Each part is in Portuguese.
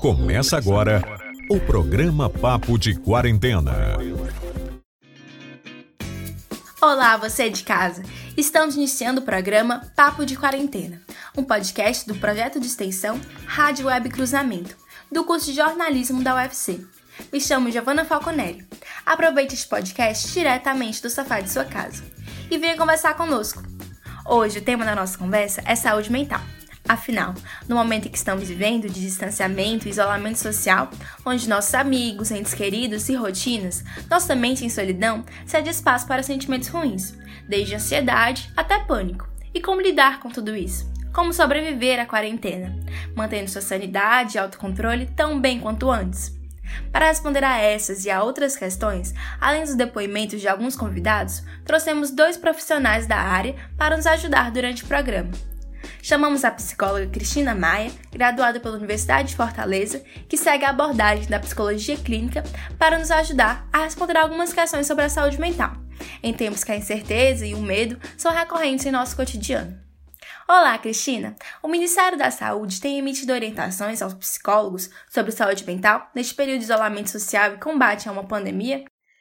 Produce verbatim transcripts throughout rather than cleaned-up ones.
Começa agora o programa Papo de Quarentena. Olá, você de casa! Estamos iniciando o programa Papo de Quarentena, um podcast do projeto de extensão Rádio Web Cruzamento, do curso de jornalismo da U F C. Me chamo Giovanna Falconelli. Aproveite este podcast diretamente do sofá de sua casa e venha conversar conosco. Hoje o tema da nossa conversa é saúde mental. Afinal, no momento em que estamos vivendo de distanciamento e isolamento social, onde nossos amigos, entes queridos e rotinas, nossa mente em solidão, cede espaço para sentimentos ruins, desde ansiedade até pânico. E como lidar com tudo isso? Como sobreviver à quarentena, mantendo sua sanidade e autocontrole tão bem quanto antes? Para responder a essas e a outras questões, além dos depoimentos de alguns convidados, trouxemos dois profissionais da área para nos ajudar durante o programa. Chamamos a psicóloga Cristina Maia, graduada pela Universidade de Fortaleza, que segue a abordagem da psicologia clínica para nos ajudar a responder algumas questões sobre a saúde mental, em tempos que a incerteza e o medo são recorrentes em nosso cotidiano. Olá, Cristina! O Ministério da Saúde tem emitido orientações aos psicólogos sobre saúde mental neste período de isolamento social e combate a uma pandemia?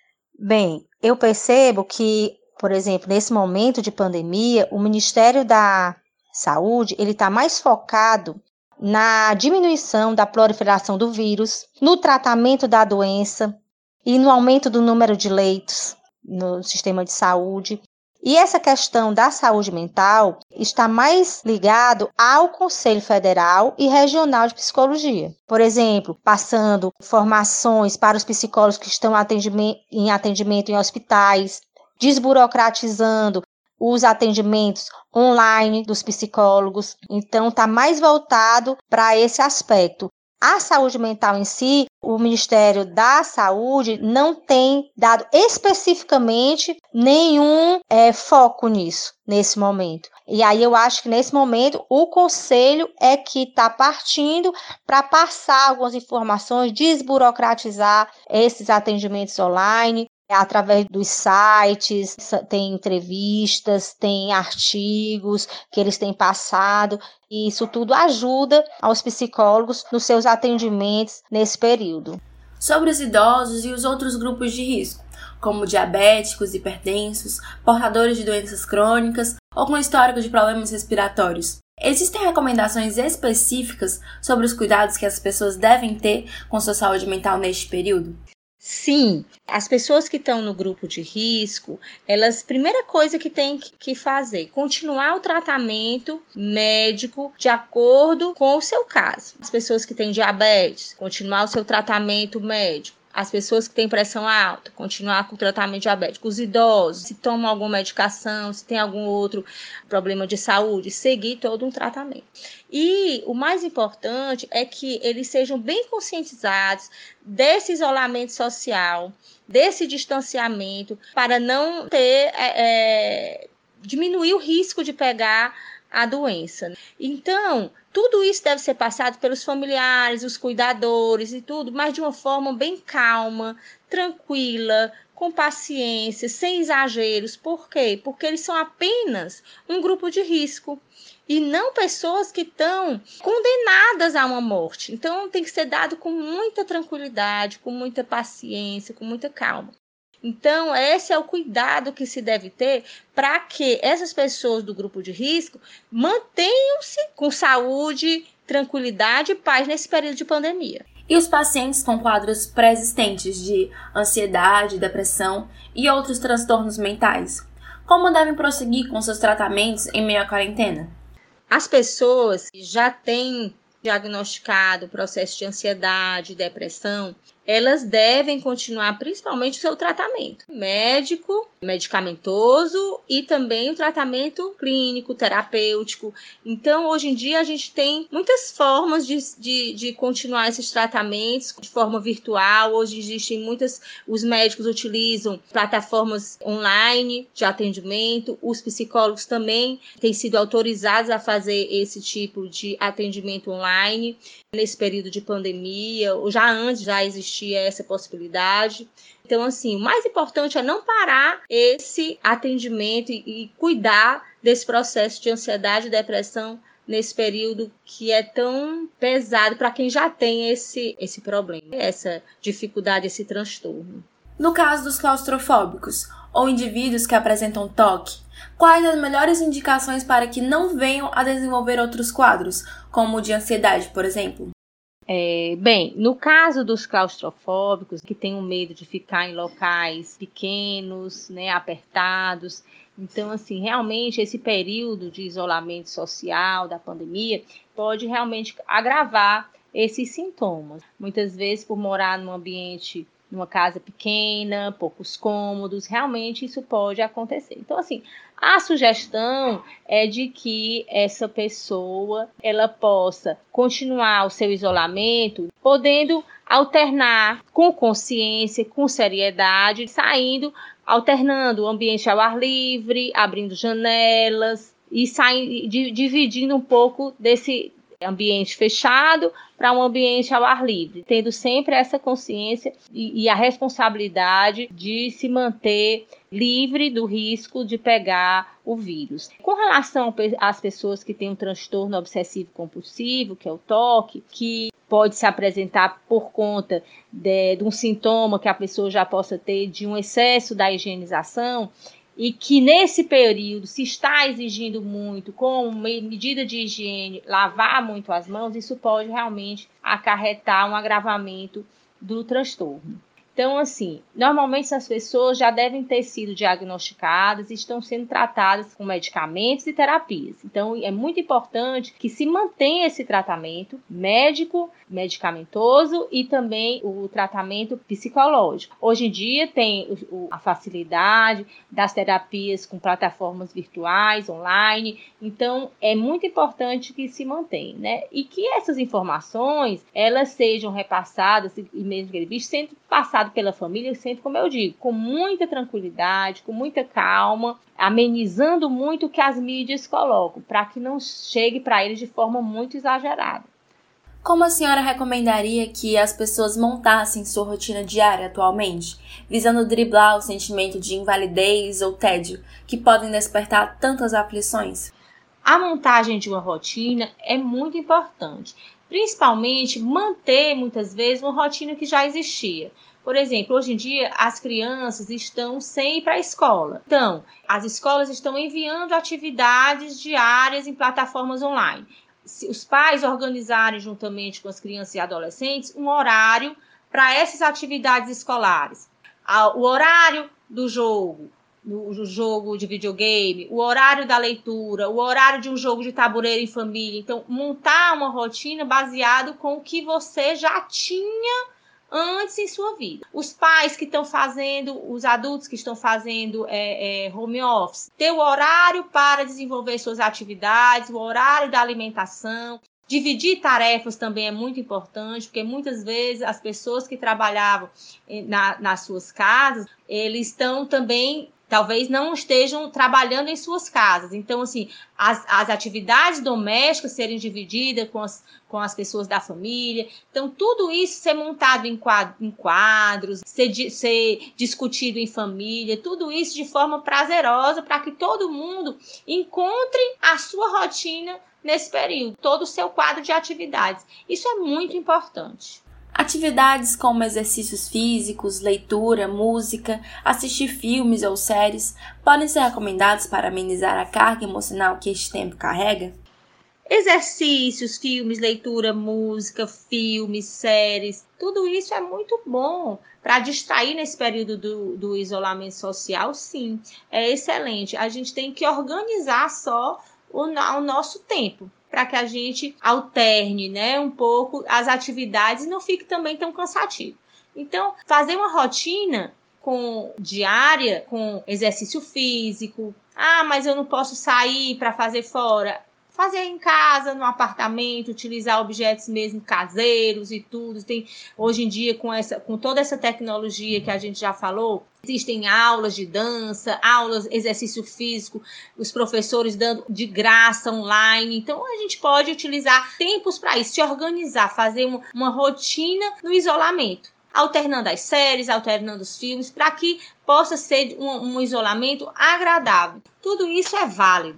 Bem, eu percebo que, por exemplo, nesse momento de pandemia, o Ministério da Saúde ele está mais focado na diminuição da proliferação do vírus, no tratamento da doença e no aumento do número de leitos no sistema de saúde. E essa questão da saúde mental está mais ligado ao Conselho Federal e Regional de Psicologia. Por exemplo, passando formações para os psicólogos que estão em atendimento em hospitais, desburocratizando os atendimentos online dos psicólogos. Então, está mais voltado para esse aspecto. A saúde mental em si, o Ministério da Saúde não tem dado especificamente nenhum é, foco nisso, nesse momento. E aí eu acho que nesse momento o Conselho é que está partindo para passar algumas informações, desburocratizar esses atendimentos online, através dos sites, tem entrevistas, tem artigos que eles têm passado, e isso tudo ajuda aos psicólogos nos seus atendimentos nesse período. Sobre os idosos e os outros grupos de risco, como diabéticos, hipertensos, portadores de doenças crônicas ou com histórico de problemas respiratórios, existem recomendações específicas sobre os cuidados que as pessoas devem ter com sua saúde mental neste período? Sim, as pessoas que estão no grupo de risco, elas, primeira coisa que tem que fazer, continuar o tratamento médico de acordo com o seu caso. As pessoas que têm diabetes, continuar o seu tratamento médico. As pessoas que têm pressão alta, continuar com o tratamento diabético. Os idosos, se tomam alguma medicação, se tem algum outro problema de saúde, seguir todo um tratamento. E o mais importante é que eles sejam bem conscientizados desse isolamento social, desse distanciamento, para não ter, é, diminuir o risco de pegar a doença. Então, tudo isso deve ser passado pelos familiares, os cuidadores e tudo, mas de uma forma bem calma, tranquila, com paciência, sem exageros. Por quê? Porque eles são apenas um grupo de risco e não pessoas que estão condenadas a uma morte. Então, tem que ser dado com muita tranquilidade, com muita paciência, com muita calma. Então, esse é o cuidado que se deve ter para que essas pessoas do grupo de risco mantenham-se com saúde, tranquilidade e paz nesse período de pandemia. E os pacientes com quadros pré-existentes de ansiedade, depressão e outros transtornos mentais? Como devem prosseguir com seus tratamentos em meio à quarentena? As pessoas que já têm diagnosticado processo de ansiedade, depressão, elas devem continuar principalmente o seu tratamento médico, medicamentoso e também o tratamento clínico, terapêutico. Então, hoje em dia, a gente tem muitas formas de, de, de continuar esses tratamentos de forma virtual. Hoje existem muitas, os médicos utilizam plataformas online de atendimento, os psicólogos também têm sido autorizados a fazer esse tipo de atendimento online nesse período de pandemia, ou já antes já existia essa possibilidade. Então, assim, o mais importante é não parar esse atendimento e, e cuidar desse processo de ansiedade e depressão nesse período que é tão pesado para quem já tem esse, esse problema, essa dificuldade, esse transtorno. No caso dos claustrofóbicos ou indivíduos que apresentam toque, quais as melhores indicações para que não venham a desenvolver outros quadros, como o de ansiedade, por exemplo? É, bem, no caso dos claustrofóbicos, que têm o medo de ficar em locais pequenos, né, apertados, então, assim, realmente esse período de isolamento social da pandemia pode realmente agravar esses sintomas. Muitas vezes, por morar num ambiente, numa casa pequena, poucos cômodos, realmente isso pode acontecer. Então, assim, a sugestão é de que essa pessoa ela possa continuar o seu isolamento, podendo alternar com consciência, com seriedade, saindo, alternando o ambiente ao ar livre, abrindo janelas e saindo, dividindo um pouco desse ambiente fechado para um ambiente ao ar livre, tendo sempre essa consciência e, e a responsabilidade de se manter livre do risco de pegar o vírus. Com relação às pessoas que têm um transtorno obsessivo compulsivo, que é o toque, que pode se apresentar por conta de, de um sintoma que a pessoa já possa ter de um excesso da higienização, e que nesse período se está exigindo muito, com medida de higiene, lavar muito as mãos, isso pode realmente acarretar um agravamento do transtorno. Então, assim, normalmente essas pessoas já devem ter sido diagnosticadas e estão sendo tratadas com medicamentos e terapias. Então, é muito importante que se mantenha esse tratamento médico, medicamentoso e também o tratamento psicológico. Hoje em dia tem a facilidade das terapias com plataformas virtuais, online, então é muito importante que se mantenha, né? E que essas informações, elas sejam repassadas e mesmo que ele bicho sempre passado pela família, sempre, como eu digo, com muita tranquilidade, com muita calma, amenizando muito o que as mídias colocam, para que não chegue para eles de forma muito exagerada. Como a senhora recomendaria que as pessoas montassem sua rotina diária atualmente, visando driblar o sentimento de invalidez ou tédio que podem despertar tantas aflições? A montagem de uma rotina é muito importante, principalmente manter, muitas vezes, uma rotina que já existia. Por exemplo, hoje em dia, as crianças estão sem ir para a escola. Então, as escolas estão enviando atividades diárias em plataformas online. Se os pais organizarem, juntamente com as crianças e adolescentes, um horário para essas atividades escolares. O horário do jogo, do jogo de videogame, o horário da leitura, o horário de um jogo de tabuleiro em família. Então, montar uma rotina baseada com o que você já tinha antes em sua vida. Os pais que estão fazendo, os adultos que estão fazendo é, é, home office, ter o horário para desenvolver suas atividades, o horário da alimentação. Dividir tarefas também é muito importante, porque muitas vezes as pessoas que trabalhavam na, nas suas casas, eles estão também, talvez não estejam trabalhando em suas casas. Então, assim, as, as atividades domésticas serem divididas com as, com as pessoas da família. Então, tudo isso ser montado em, quadro, em quadros, ser, ser discutido em família, tudo isso de forma prazerosa para que todo mundo encontre a sua rotina nesse período, todo o seu quadro de atividades. Isso é muito importante. Atividades como exercícios físicos, leitura, música, assistir filmes ou séries podem ser recomendados para amenizar a carga emocional que este tempo carrega? Exercícios, filmes, leitura, música, filmes, séries, tudo isso é muito bom para distrair nesse período do, do isolamento social, sim, é excelente. A gente tem que organizar só o, o nosso tempo, para que a gente alterne, né, um pouco as atividades e não fique também tão cansativo. Então, fazer uma rotina com diária, com exercício físico. Ah, mas eu não posso sair para fazer fora. Fazer em casa, no apartamento, utilizar objetos mesmo caseiros e tudo. Tem, hoje em dia, com, essa, com toda essa tecnologia que a gente já falou, existem aulas de dança, aulas, exercício físico, os professores dando de graça online. Então, a gente pode utilizar tempos para isso, se organizar, fazer uma, uma rotina no isolamento, alternando as séries, alternando os filmes, para que possa ser um, um isolamento agradável. Tudo isso é válido.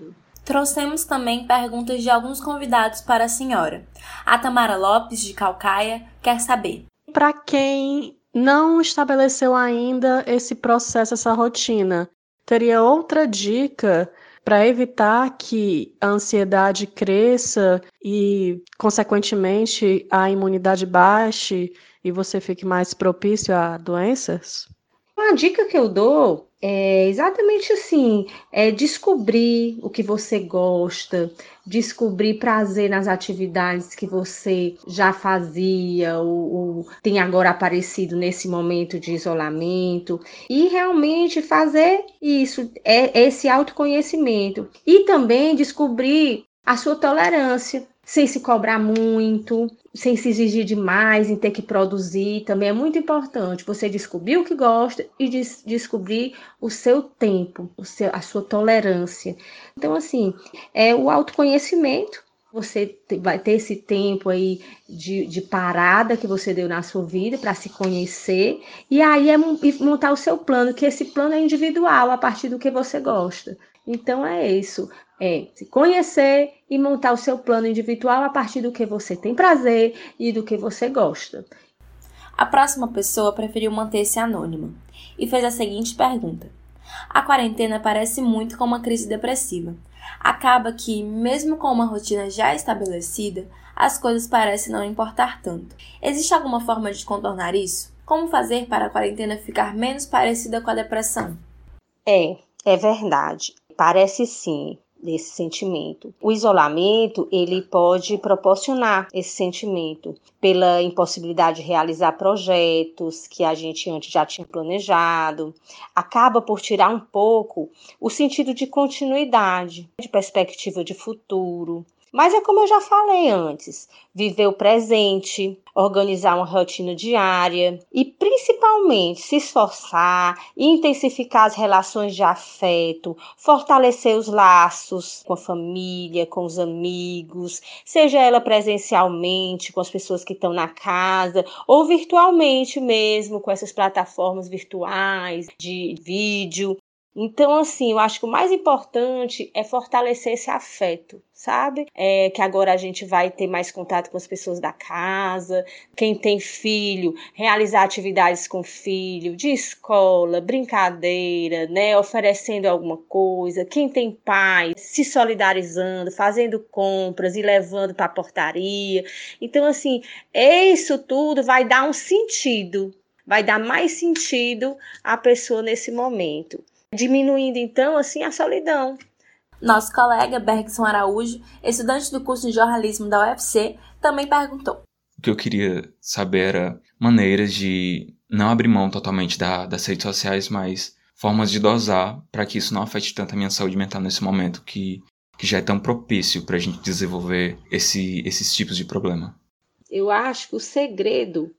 Trouxemos também perguntas de alguns convidados para a senhora. A Tamara Lopes, de Calcaia, quer saber: para quem não estabeleceu ainda esse processo, essa rotina, teria outra dica para evitar que a ansiedade cresça e, consequentemente, a imunidade baixe e você fique mais propício a doenças? Uma dica que eu dou é exatamente assim, é descobrir o que você gosta, descobrir prazer nas atividades que você já fazia ou, ou tem agora aparecido nesse momento de isolamento e realmente fazer isso, é esse autoconhecimento. E também descobrir a sua tolerância, sem se cobrar muito, sem se exigir demais em ter que produzir. Também é muito importante você descobrir o que gosta e des- descobrir o seu tempo, o seu, a sua tolerância. Então, assim, é o autoconhecimento. Você vai ter esse tempo aí de, de parada que você deu na sua vida para se conhecer. E aí é montar o seu plano, que esse plano é individual a partir do que você gosta. Então é isso, é se conhecer e montar o seu plano individual a partir do que você tem prazer e do que você gosta. A próxima pessoa preferiu manter-se anônima e fez a seguinte pergunta: a quarentena parece muito com uma crise depressiva. Acaba que, mesmo com uma rotina já estabelecida, as coisas parecem não importar tanto. Existe alguma forma de contornar isso? Como fazer para a quarentena ficar menos parecida com a depressão? É, é verdade. Parece sim esse sentimento. O isolamento, ele pode proporcionar esse sentimento pela impossibilidade de realizar projetos que a gente antes já tinha planejado. Acaba por tirar um pouco o sentido de continuidade, de perspectiva de futuro. Mas é como eu já falei antes, viver o presente, organizar uma rotina diária e principalmente se esforçar e intensificar as relações de afeto, fortalecer os laços com a família, com os amigos, seja ela presencialmente com as pessoas que estão na casa ou virtualmente mesmo com essas plataformas virtuais de vídeo. Então, assim, eu acho que o mais importante é fortalecer esse afeto, sabe? É que agora a gente vai ter mais contato com as pessoas da casa, quem tem filho, realizar atividades com filho, de escola, brincadeira, né? Oferecendo alguma coisa. Quem tem pai, se solidarizando, fazendo compras e levando para a portaria. Então, assim, isso tudo vai dar um sentido, vai dar mais sentido à pessoa nesse momento. Diminuindo, então, assim, a solidão. Nosso colega Bergson Araújo, estudante do curso de jornalismo da U F C, também perguntou: o que eu queria saber era maneiras de não abrir mão totalmente da, das redes sociais, mas formas de dosar para que isso não afete tanto a minha saúde mental nesse momento que, que já é tão propício para a gente desenvolver esse, esses tipos de problema. Eu acho que o segredo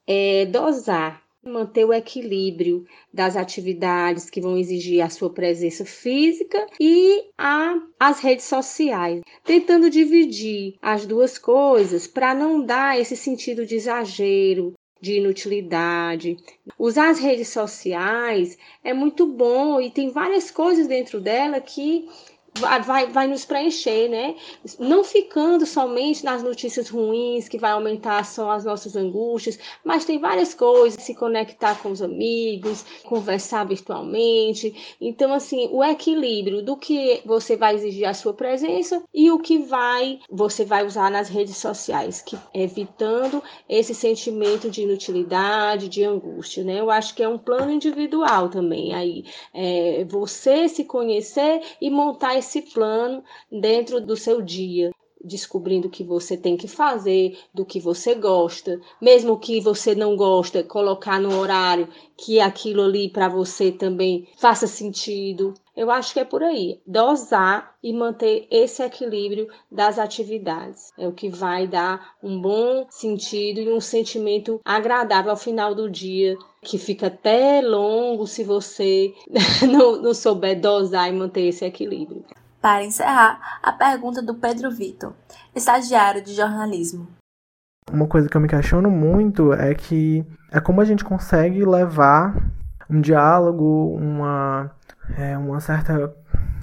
é dosar, manter o equilíbrio das atividades que vão exigir a sua presença física e a, as redes sociais, tentando dividir as duas coisas para não dar esse sentido de exagero, de inutilidade. Usar as redes sociais é muito bom e tem várias coisas dentro dela que Vai, vai nos preencher, né? Não ficando somente nas notícias ruins, que vai aumentar só as nossas angústias, mas tem várias coisas, se conectar com os amigos, conversar virtualmente. Então, assim, o equilíbrio do que você vai exigir a sua presença e o que vai você vai usar nas redes sociais, que evitando esse sentimento de inutilidade, de angústia, né? Eu acho que é um plano individual também, aí, é, você se conhecer e montar esse plano dentro do seu dia, descobrindo o que você tem que fazer, do que você gosta, mesmo que você não gosta, colocar no horário que aquilo ali para você também faça sentido. Eu acho que é por aí, dosar e manter esse equilíbrio das atividades. É o que vai dar um bom sentido e um sentimento agradável ao final do dia, que fica até longo se você não, não souber dosar e manter esse equilíbrio. Para encerrar, a pergunta do Pedro Vitor, estagiário de jornalismo. Uma coisa que eu me questiono muito é que é como a gente consegue levar um diálogo, uma, é, uma certa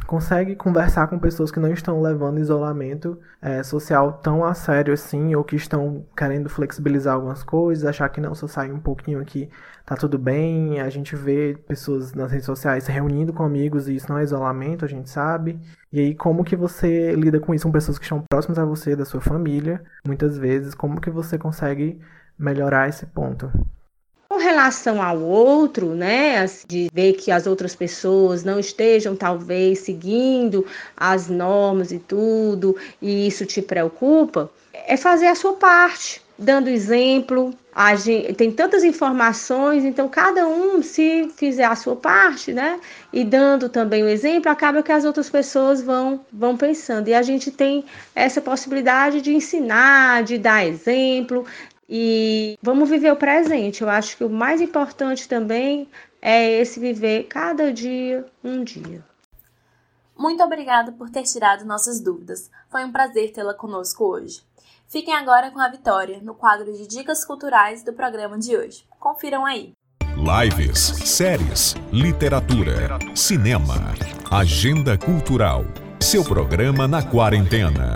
consegue conversar com pessoas que não estão levando isolamento é, social tão a sério assim, ou que estão querendo flexibilizar algumas coisas, achar que não, se eu sair um pouquinho aqui, tá tudo bem. A gente vê pessoas nas redes sociais se reunindo com amigos e isso não é isolamento, a gente sabe. E aí, como que você lida com isso com pessoas que estão próximas a você, da sua família, muitas vezes, como que você consegue melhorar esse ponto? Com relação ao outro, né, de ver que as outras pessoas não estejam talvez seguindo as normas e tudo, e isso te preocupa, é fazer a sua parte, dando exemplo. A gente, tem tantas informações, então cada um, se fizer a sua parte, né, e dando também o exemplo, acaba que as outras pessoas vão, vão pensando. E a gente tem essa possibilidade de ensinar, de dar exemplo. E vamos viver o presente. Eu acho que o mais importante também é esse viver cada dia um dia. Muito obrigada por ter tirado nossas dúvidas. Foi um prazer tê-la conosco hoje. Fiquem agora com a Vitória, no quadro de Dicas Culturais do programa de hoje. Confiram aí. Lives, séries, literatura, cinema, agenda cultural. Seu programa na quarentena.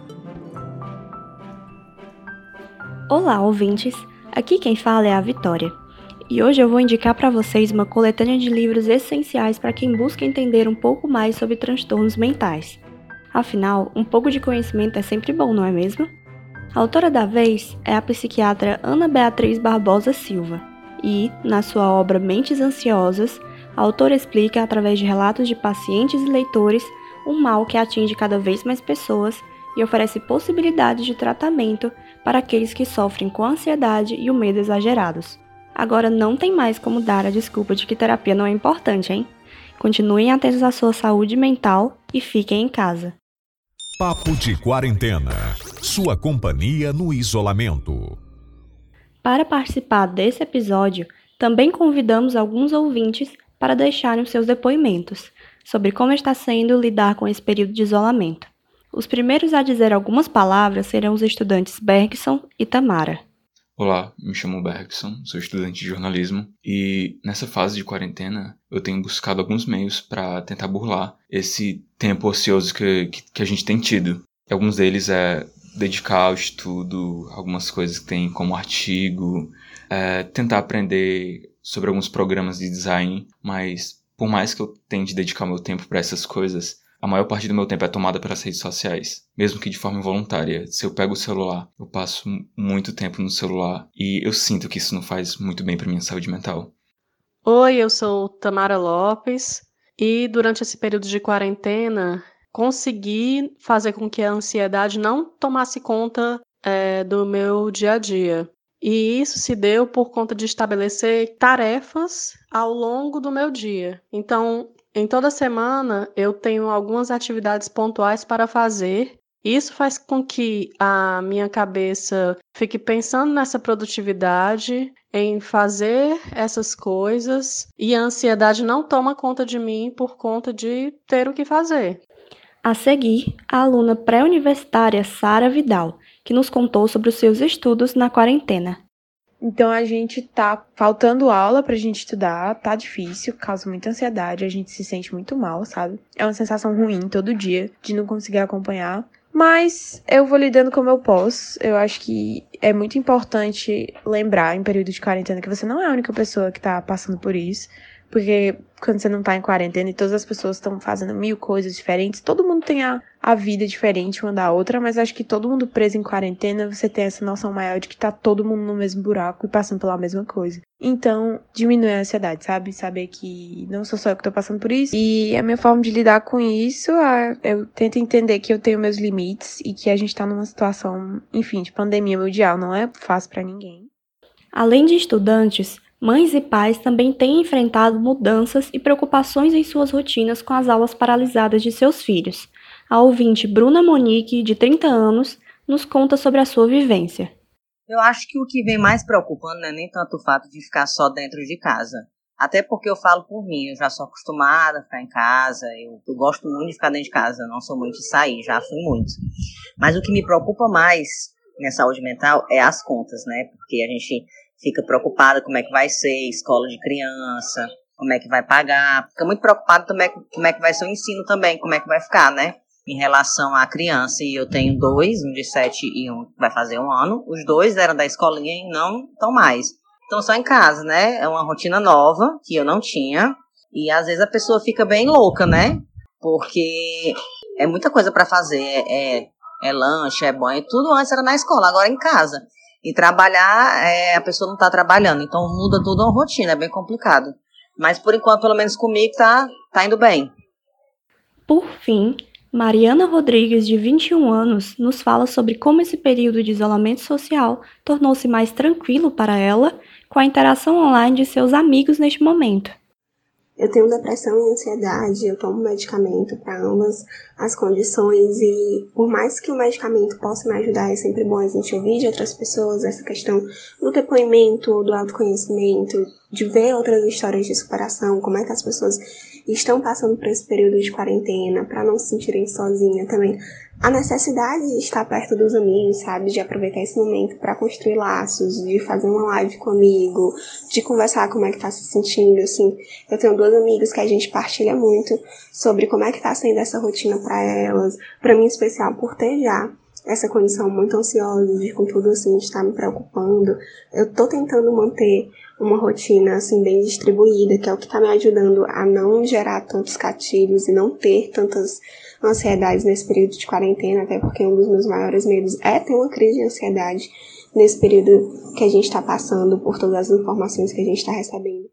Olá, ouvintes! Aqui quem fala é a Vitória. E hoje eu vou indicar para vocês uma coletânea de livros essenciais para quem busca entender um pouco mais sobre transtornos mentais. Afinal, um pouco de conhecimento é sempre bom, não é mesmo? A autora da vez é a psiquiatra Ana Beatriz Barbosa Silva. E, na sua obra Mentes Ansiosas, a autora explica, através de relatos de pacientes e leitores, um mal que atinge cada vez mais pessoas e oferece possibilidades de tratamento para aqueles que sofrem com a ansiedade e o medo exagerados. Agora não tem mais como dar a desculpa de que terapia não é importante, hein? Continuem atentos à sua saúde mental e fiquem em casa. Papo de Quarentena. Sua companhia no isolamento. Para participar desse episódio, também convidamos alguns ouvintes para deixarem os seus depoimentos sobre como está sendo lidar com esse período de isolamento. Os primeiros a dizer algumas palavras serão os estudantes Bergson e Tamara. Olá, me chamo Bergson, sou estudante de jornalismo e nessa fase de quarentena eu tenho buscado alguns meios para tentar burlar esse tempo ocioso que, que, que a gente tem tido. E alguns deles é dedicar ao estudo, algumas coisas que tem como artigo, é, tentar aprender sobre alguns programas de design, mas por mais que eu tente dedicar meu tempo para essas coisas, a maior parte do meu tempo é tomada pelas redes sociais, mesmo que de forma involuntária. Se eu pego o celular, eu passo muito tempo no celular e eu sinto que isso não faz muito bem para minha saúde mental. Oi, eu sou Tamara Lopes e durante esse período de quarentena consegui fazer com que a ansiedade não tomasse conta é, do meu dia a dia. E isso se deu por conta de estabelecer tarefas ao longo do meu dia. Então, em toda semana, eu tenho algumas atividades pontuais para fazer. Isso faz com que a minha cabeça fique pensando nessa produtividade, em fazer essas coisas, e a ansiedade não toma conta de mim por conta de ter o que fazer. A seguir, a aluna pré-universitária Sara Vidal, que nos contou sobre os seus estudos na quarentena. Então a gente tá faltando aula pra gente estudar, tá difícil, causa muita ansiedade, a gente se sente muito mal, sabe? É uma sensação ruim todo dia de não conseguir acompanhar. Mas eu vou lidando como eu posso. Eu acho que é muito importante lembrar em período de quarentena que você não é a única pessoa que tá passando por isso. Porque quando você não tá em quarentena e todas as pessoas estão fazendo mil coisas diferentes, todo mundo tem a, a vida diferente uma da outra, mas acho que todo mundo preso em quarentena, você tem essa noção maior de que tá todo mundo no mesmo buraco e passando pela mesma coisa. Então, diminui a ansiedade, sabe? Saber que não sou só eu que tô passando por isso. E a minha forma de lidar com isso, eu tento entender que eu tenho meus limites e que a gente tá numa situação, enfim, de pandemia mundial, não é fácil pra ninguém. Além de estudantes, mães e pais também têm enfrentado mudanças e preocupações em suas rotinas com as aulas paralisadas de seus filhos. A ouvinte Bruna Monique, de trinta anos, nos conta sobre a sua vivência. Eu acho que o que vem mais preocupando não é nem tanto o fato de ficar só dentro de casa. Até porque eu falo por mim, eu já sou acostumada a ficar em casa, eu, eu gosto muito de ficar dentro de casa, eu não sou muito de sair, já fui muito. Mas o que me preocupa mais na saúde mental é as contas, né? Porque a gente fica preocupada como é que vai ser, escola de criança, como é que vai pagar, fica muito preocupado também com como é que vai ser o ensino também, como é que vai ficar, né? Em relação à criança, e eu tenho dois, um de sete e um que vai fazer um ano. Os dois eram da escolinha e não estão mais. Estão só em casa, né? É uma rotina nova que eu não tinha. E às vezes a pessoa fica bem louca, né? Porque é muita coisa para fazer. É, é, é lanche, é banho, tudo antes era na escola, agora em casa. E trabalhar, é, a pessoa não está trabalhando. Então muda toda a rotina, é bem complicado. Mas por enquanto, pelo menos comigo, tá, tá indo bem. Por fim, Mariana Rodrigues, de vinte e um anos, nos fala sobre como esse período de isolamento social tornou-se mais tranquilo para ela com a interação online de seus amigos neste momento. Eu tenho depressão e ansiedade, eu tomo medicamento para ambas as condições e por mais que o medicamento possa me ajudar, é sempre bom a gente ouvir de outras pessoas essa questão do depoimento, do autoconhecimento, de ver outras histórias de superação, como é que as pessoas estão passando por esse período de quarentena, para não se sentirem sozinhas também. A necessidade de estar perto dos amigos, sabe? De aproveitar esse momento para construir laços, de fazer uma live com um amigo, de conversar como é que tá se sentindo, assim. Eu tenho duas amigas que a gente partilha muito sobre como é que tá sendo essa rotina para elas. Para mim, em especial, por ter já essa condição muito ansiosa, de com tudo assim, de estar me preocupando. Eu tô tentando manter uma rotina, assim, bem distribuída, que é o que tá me ajudando a não gerar tantos gatilhos e não ter tantas ansiedades nesse período de quarentena, até porque um dos meus maiores medos é ter uma crise de ansiedade nesse período que a gente está passando por todas as informações que a gente está recebendo.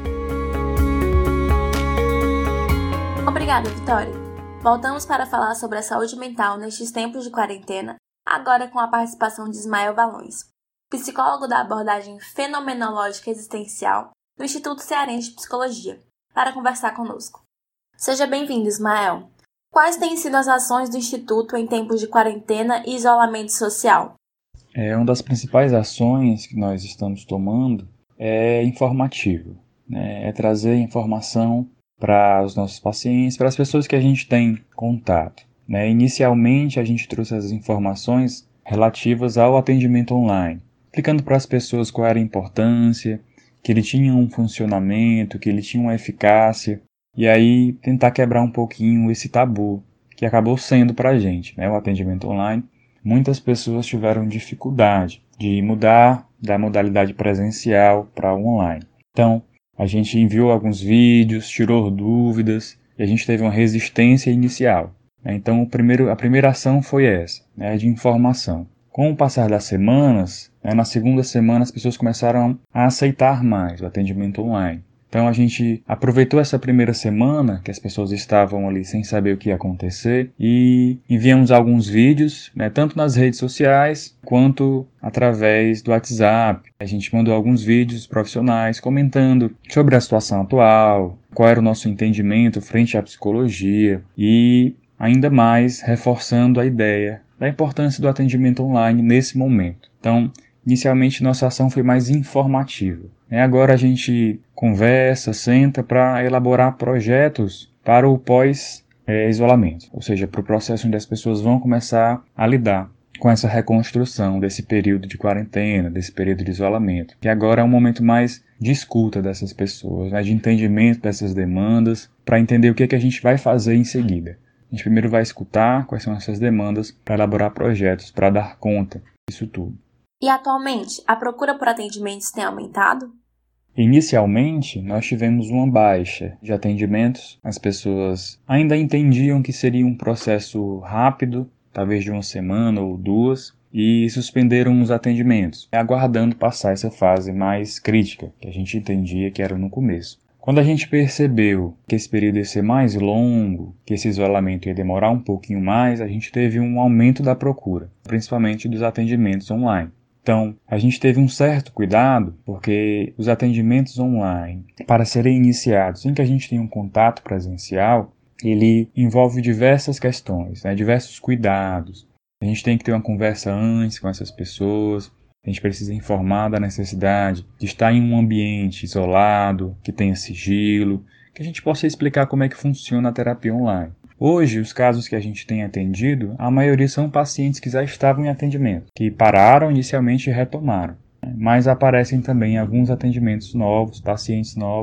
Obrigada, Vitória. Voltamos para falar sobre a saúde mental nestes tempos de quarentena, agora com a participação de Ismael Valões, psicólogo da abordagem fenomenológica existencial do Instituto Cearense de Psicologia, para conversar conosco. Seja bem-vindo, Ismael. Quais têm sido as ações do Instituto em tempos de quarentena e isolamento social? É, uma das principais ações que nós estamos tomando é informativo, né? É trazer informação para os nossos pacientes, para as pessoas que a gente tem contato, né? Inicialmente, a gente trouxe as informações relativas ao atendimento online, explicando para as pessoas qual era a importância, que ele tinha um funcionamento, que ele tinha uma eficácia, e aí tentar quebrar um pouquinho esse tabu que acabou sendo para a gente, né? O atendimento online. Muitas pessoas tiveram dificuldade de mudar da modalidade presencial para o online. Então, a gente enviou alguns vídeos, tirou dúvidas, e a gente teve uma resistência inicial. Então, o primeiro, a primeira ação foi essa, né? De informação. Com o passar das semanas, né, na segunda semana as pessoas começaram a aceitar mais o atendimento online. Então a gente aproveitou essa primeira semana que as pessoas estavam ali sem saber o que ia acontecer e enviamos alguns vídeos, né, tanto nas redes sociais quanto através do WhatsApp. A gente mandou alguns vídeos profissionais comentando sobre a situação atual, qual era o nosso entendimento frente à psicologia e ainda mais reforçando a ideia da importância do atendimento online nesse momento. Então, inicialmente nossa ação foi mais informativa. Agora a gente conversa, senta para elaborar projetos para o pós-isolamento, ou seja, para o processo onde as pessoas vão começar a lidar com essa reconstrução desse período de quarentena, desse período de isolamento, que agora é um momento mais de escuta dessas pessoas, né, de entendimento dessas demandas, para entender o que, é que a gente vai fazer em seguida. A gente primeiro vai escutar quais são essas demandas para elaborar projetos, para dar conta disso tudo. E atualmente, a procura por atendimentos tem aumentado? Inicialmente, nós tivemos uma baixa de atendimentos. As pessoas ainda entendiam que seria um processo rápido, talvez de uma semana ou duas, e suspenderam os atendimentos, aguardando passar essa fase mais crítica, que a gente entendia que era no começo. Quando a gente percebeu que esse período ia ser mais longo, que esse isolamento ia demorar um pouquinho mais, a gente teve um aumento da procura, principalmente dos atendimentos online. Então, a gente teve um certo cuidado, porque os atendimentos online, para serem iniciados sem que a gente tenha um contato presencial, ele envolve diversas questões, né? Diversos cuidados. A gente tem que ter uma conversa antes com essas pessoas, a gente precisa informar da necessidade de estar em um ambiente isolado, que tenha sigilo, que a gente possa explicar como é que funciona a terapia online. Hoje, os casos que a gente tem atendido, a maioria são pacientes que já estavam em atendimento, que pararam inicialmente e retomaram. Mas aparecem também alguns atendimentos novos, pacientes novos,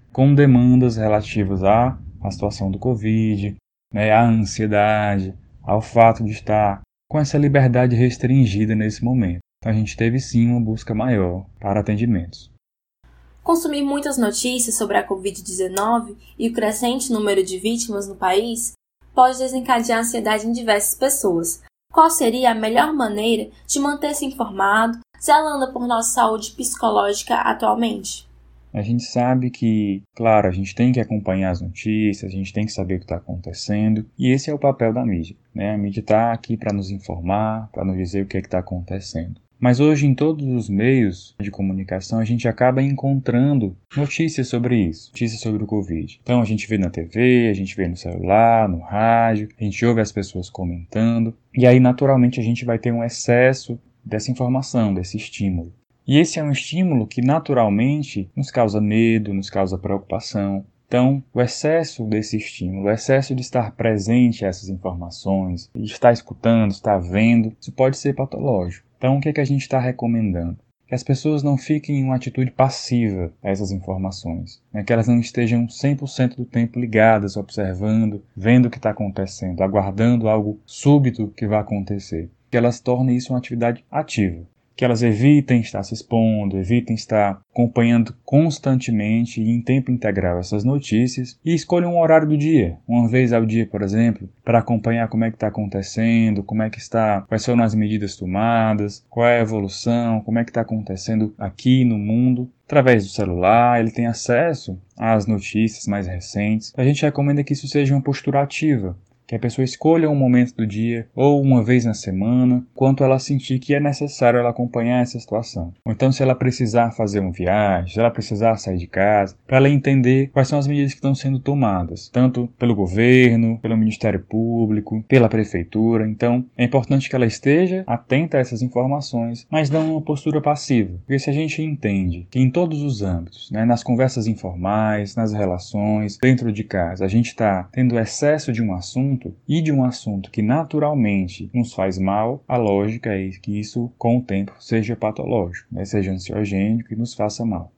com demandas relativas à, à situação do Covid, né, à ansiedade, ao fato de estar com essa liberdade restringida nesse momento. Então a gente teve sim uma busca maior para atendimentos. Consumir muitas notícias sobre a covid dezenove e o crescente número de vítimas no país pode desencadear ansiedade em diversas pessoas. Qual seria a melhor maneira de manter-se informado, zelando por nossa saúde psicológica atualmente? A gente sabe que, claro, a gente tem que acompanhar as notícias, a gente tem que saber o que está acontecendo, e esse é o papel da mídia, né? A mídia está aqui para nos informar, para nos dizer o que é que está acontecendo. Mas hoje, em todos os meios de comunicação, a gente acaba encontrando notícias sobre isso, notícias sobre o Covid. Então, a gente vê na T V, a gente vê no celular, no rádio, a gente ouve as pessoas comentando, e aí, naturalmente, a gente vai ter um excesso dessa informação, desse estímulo. E esse é um estímulo que, naturalmente, nos causa medo, nos causa preocupação. Então, o excesso desse estímulo, o excesso de estar presente a essas informações, de estar escutando, estar vendo, isso pode ser patológico. Então, o que é que a gente está recomendando? Que as pessoas não fiquem em uma atitude passiva a essas informações, né? Que elas não estejam cem por cento do tempo ligadas, observando, vendo o que está acontecendo, aguardando algo súbito que vai acontecer. Que elas tornem isso uma atividade ativa. Que elas evitem estar se expondo, evitem estar acompanhando constantemente e em tempo integral essas notícias e escolham um horário do dia, uma vez ao dia, por exemplo, para acompanhar como é que está acontecendo, como é que está, quais foram as medidas tomadas, qual é a evolução, como é que está acontecendo aqui no mundo. Através do celular, ele tem acesso às notícias mais recentes. A gente recomenda que isso seja uma postura ativa, que a pessoa escolha um momento do dia ou uma vez na semana, quanto ela sentir que é necessário ela acompanhar essa situação. Ou então, se ela precisar fazer uma viagem, se ela precisar sair de casa, para ela entender quais são as medidas que estão sendo tomadas, tanto pelo governo, pelo Ministério Público, pela Prefeitura. Então, é importante que ela esteja atenta a essas informações, mas não uma postura passiva. Porque se a gente entende que em todos os âmbitos, né, nas conversas informais, nas relações, dentro de casa, a gente está tendo excesso de um assunto, e de um assunto que naturalmente nos faz mal, a lógica é que isso, com o tempo, seja patológico, né? Seja ansiogênico e nos faça mal.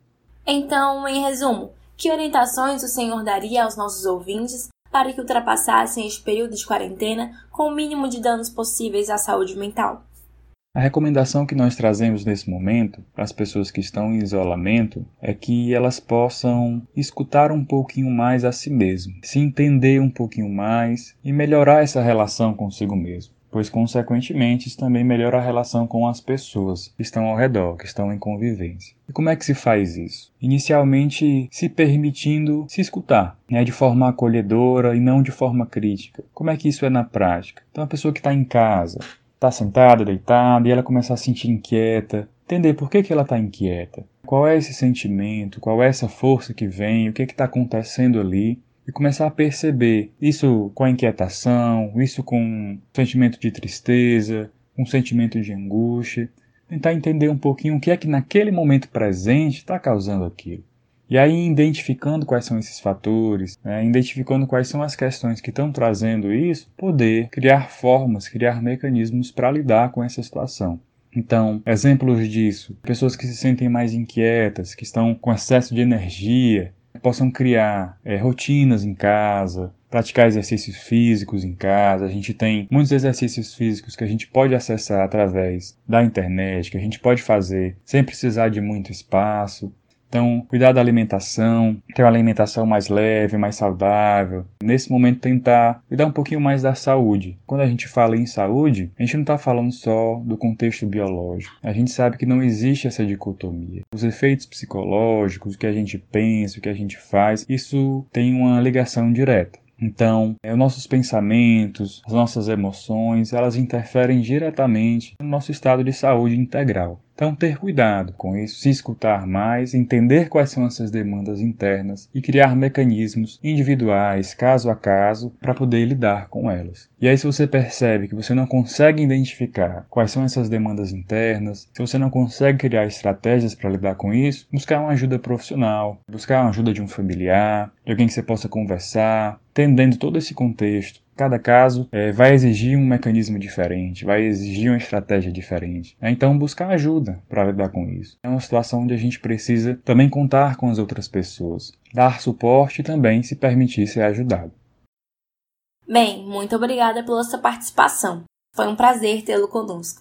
Então, em resumo, que orientações o senhor daria aos nossos ouvintes para que ultrapassassem este período de quarentena com o mínimo de danos possíveis à saúde mental? A recomendação que nós trazemos nesse momento para as pessoas que estão em isolamento é que elas possam escutar um pouquinho mais a si mesmo, se entender um pouquinho mais e melhorar essa relação consigo mesmo, pois, consequentemente, isso também melhora a relação com as pessoas que estão ao redor, que estão em convivência. E como é que se faz isso? Inicialmente, se permitindo se escutar, né, de forma acolhedora e não de forma crítica. Como é que isso é na prática? Então, a pessoa que está em casa, está sentada, deitada, e ela começa a se sentir inquieta, entender por que, que ela está inquieta, qual é esse sentimento, qual é essa força que vem, o que está acontecendo ali, e começar a perceber isso com a inquietação, isso com um sentimento de tristeza, um sentimento de angústia, tentar entender um pouquinho o que é que naquele momento presente está causando aquilo. E aí, identificando quais são esses fatores, né, identificando quais são as questões que estão trazendo isso, poder criar formas, criar mecanismos para lidar com essa situação. Então, exemplos disso, pessoas que se sentem mais inquietas, que estão com excesso de energia, possam criar é, rotinas em casa, praticar exercícios físicos em casa. A gente tem muitos exercícios físicos que a gente pode acessar através da internet, que a gente pode fazer sem precisar de muito espaço. Então, cuidar da alimentação, ter uma alimentação mais leve, mais saudável. Nesse momento, tentar cuidar um pouquinho mais da saúde. Quando a gente fala em saúde, a gente não está falando só do contexto biológico. A gente sabe que não existe essa dicotomia. Os efeitos psicológicos, o que a gente pensa, o que a gente faz, isso tem uma ligação direta. Então, os nossos pensamentos, as nossas emoções, elas interferem diretamente no nosso estado de saúde integral. Então, ter cuidado com isso, se escutar mais, entender quais são essas demandas internas e criar mecanismos individuais, caso a caso, para poder lidar com elas. E aí, se você percebe que você não consegue identificar quais são essas demandas internas, se você não consegue criar estratégias para lidar com isso, buscar uma ajuda profissional, buscar uma ajuda de um familiar, de alguém que você possa conversar, entendendo todo esse contexto Cada caso é, vai exigir um mecanismo diferente, vai exigir uma estratégia diferente. Então, buscar ajuda para lidar com isso. É uma situação onde a gente precisa também contar com as outras pessoas, dar suporte e também se permitir ser ajudado. Bem, muito obrigada pela sua participação. Foi um prazer tê-lo conosco.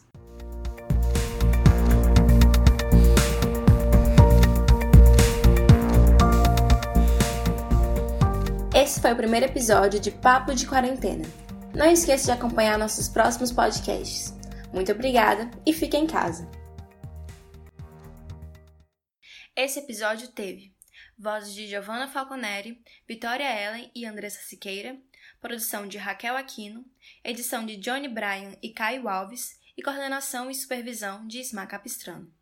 Esse foi o primeiro episódio de Papo de Quarentena. Não esqueça de acompanhar nossos próximos podcasts. Muito obrigada e fique em casa. Esse episódio teve vozes de Giovanna Falconeri, Vitória Ellen e Andressa Siqueira, produção de Raquel Aquino, edição de Johnny Bryan e Caio Alves e coordenação e supervisão de Isma Capistrano.